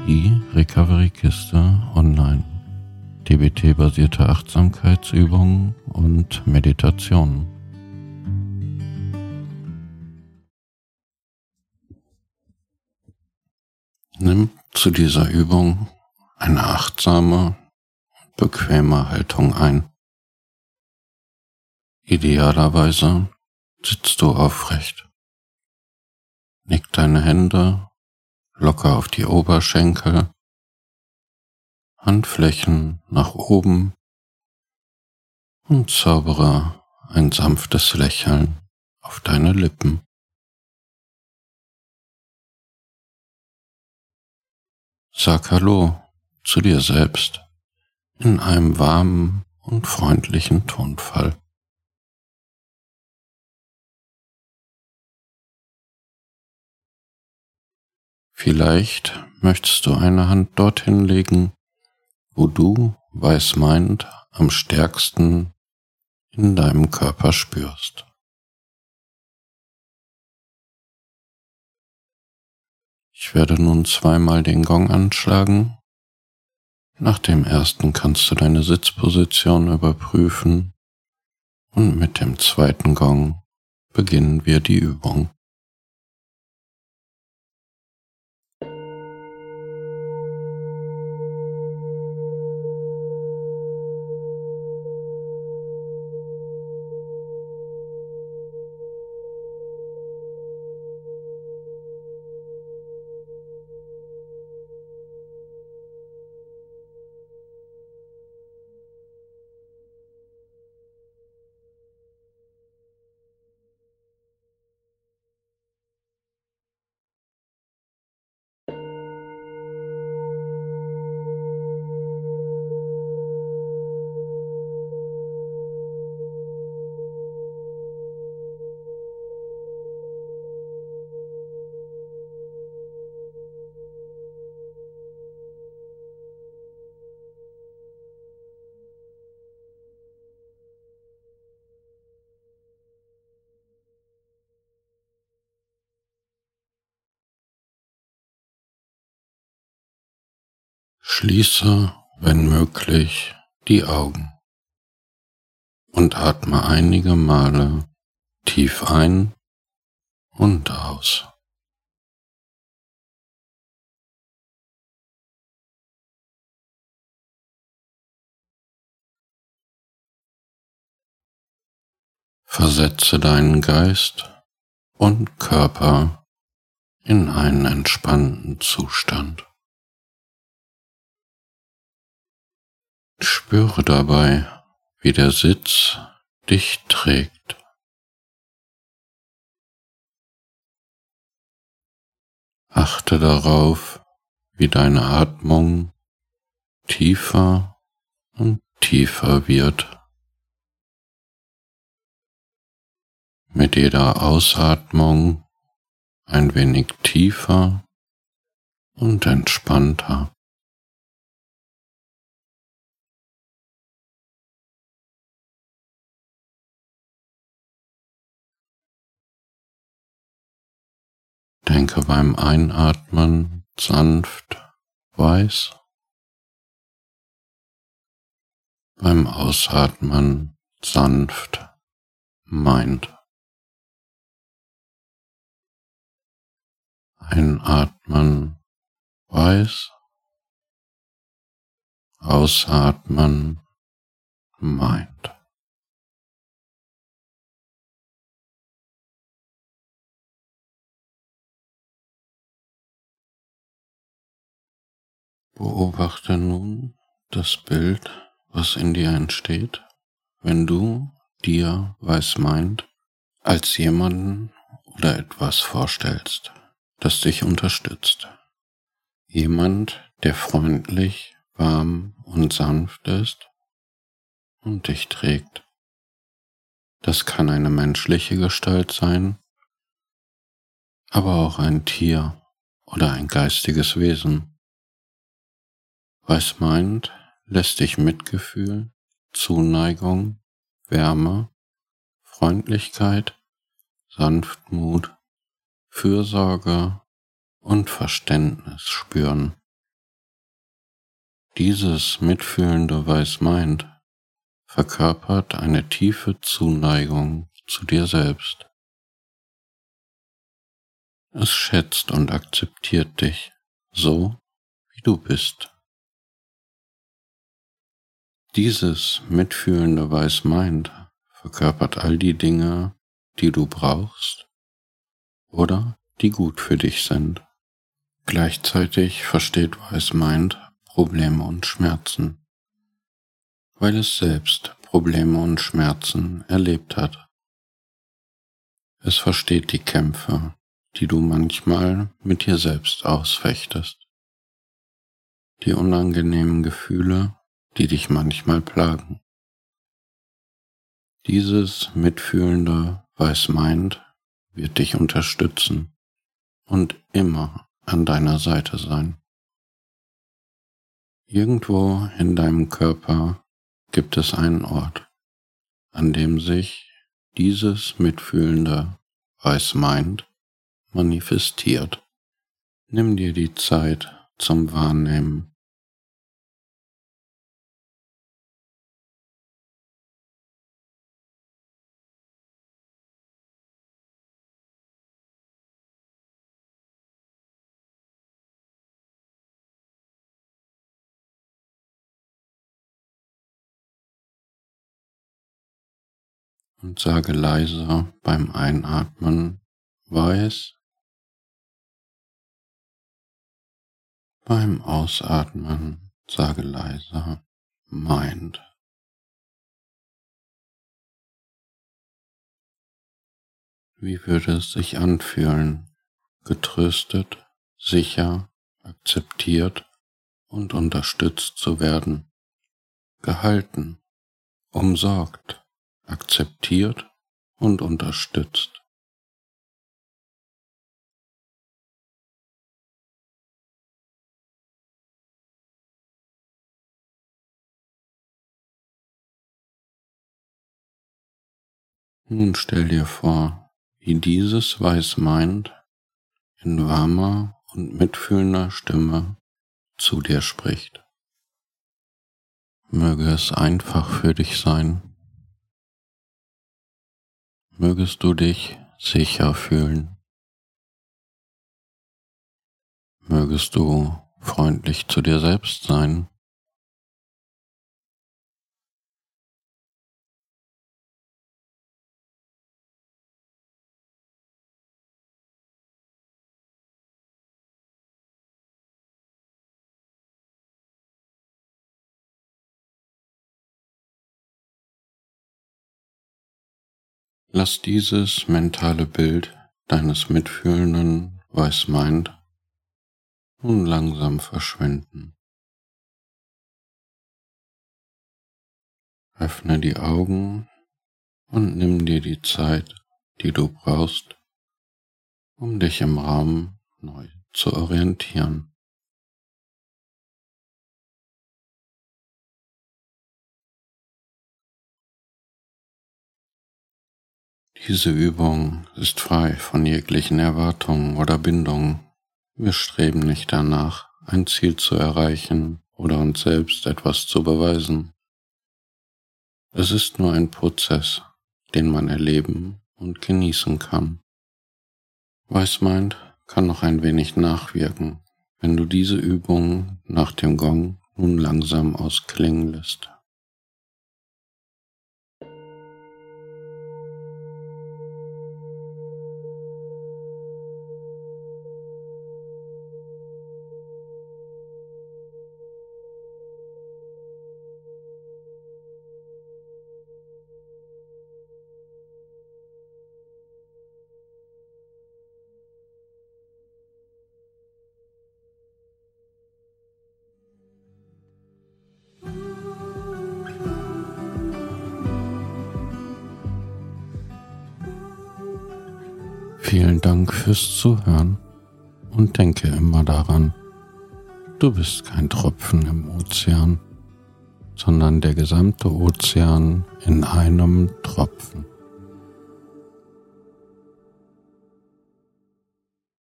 Die Recovery-Kiste online. DBT-basierte Achtsamkeitsübungen und Meditationen. Nimm zu dieser Übung eine achtsame, bequeme Haltung ein. Idealerweise sitzt du aufrecht. Leg deine Hände locker auf die Oberschenkel, Handflächen nach oben und zaubere ein sanftes Lächeln auf deine Lippen. Sag Hallo zu dir selbst in einem warmen und freundlichen Tonfall. Vielleicht möchtest du eine Hand dorthin legen, wo du Weiß-Mind am stärksten in deinem Körper spürst. Ich werde nun zweimal den Gong anschlagen. Nach dem ersten kannst du deine Sitzposition überprüfen und mit dem zweiten Gong beginnen wir die Übung. Schließe, wenn möglich, die Augen und atme einige Male tief ein und aus. Versetze deinen Geist und Körper in einen entspannten Zustand. Spüre dabei, wie der Sitz dich trägt. Achte darauf, wie deine Atmung tiefer und tiefer wird. Mit jeder Ausatmung ein wenig tiefer und entspannter. Denke beim Einatmen sanft weiß, beim Ausatmen sanft Mind. Einatmen weiß, ausatmen Mind. Beobachte nun das Bild, was in dir entsteht, wenn du dir Weiß-Mind als jemanden oder etwas vorstellst, das dich unterstützt. Jemand, der freundlich, warm und sanft ist und dich trägt. Das kann eine menschliche Gestalt sein, aber auch ein Tier oder ein geistiges Wesen. Weiß-Mind lässt dich Mitgefühl, Zuneigung, Wärme, Freundlichkeit, Sanftmut, Fürsorge und Verständnis spüren. Dieses mitfühlende Weiß-Mind verkörpert eine tiefe Zuneigung zu dir selbst. Es schätzt und akzeptiert dich so, wie du bist. Dieses mitfühlende Weiß-Mind verkörpert all die Dinge, die du brauchst oder die gut für dich sind. Gleichzeitig versteht Weiß-Mind Probleme und Schmerzen, weil es selbst Probleme und Schmerzen erlebt hat. Es versteht die Kämpfe, die du manchmal mit dir selbst ausfechtest, die unangenehmen Gefühle, die dich manchmal plagen. Dieses mitfühlende Weiß-Mind wird dich unterstützen und immer an deiner Seite sein. Irgendwo in deinem Körper gibt es einen Ort, an dem sich dieses mitfühlende Weiß-Mind manifestiert. Nimm dir die Zeit zum Wahrnehmen. Und sage leise beim Einatmen Weiß, beim Ausatmen sage leise Mind. Wie würde es sich anfühlen, getröstet, sicher, akzeptiert und unterstützt zu werden, gehalten, umsorgt, akzeptiert und unterstützt? Nun stell dir vor, wie dieses Weiß-Mind in warmer und mitfühlender Stimme zu dir spricht. Möge es einfach für dich sein. Mögest du dich sicher fühlen. Mögest du freundlich zu dir selbst sein. Lass dieses mentale Bild deines mitfühlenden Weiß-Mind nun langsam verschwinden. Öffne die Augen und nimm dir die Zeit, die du brauchst, um dich im Raum neu zu orientieren. Diese Übung ist frei von jeglichen Erwartungen oder Bindungen. Wir streben nicht danach, ein Ziel zu erreichen oder uns selbst etwas zu beweisen. Es ist nur ein Prozess, den man erleben und genießen kann. Weiß-Mind kann noch ein wenig nachwirken, wenn du diese Übung nach dem Gong nun langsam ausklingen lässt. Vielen Dank fürs Zuhören und denke immer daran, du bist kein Tropfen im Ozean, sondern der gesamte Ozean in einem Tropfen.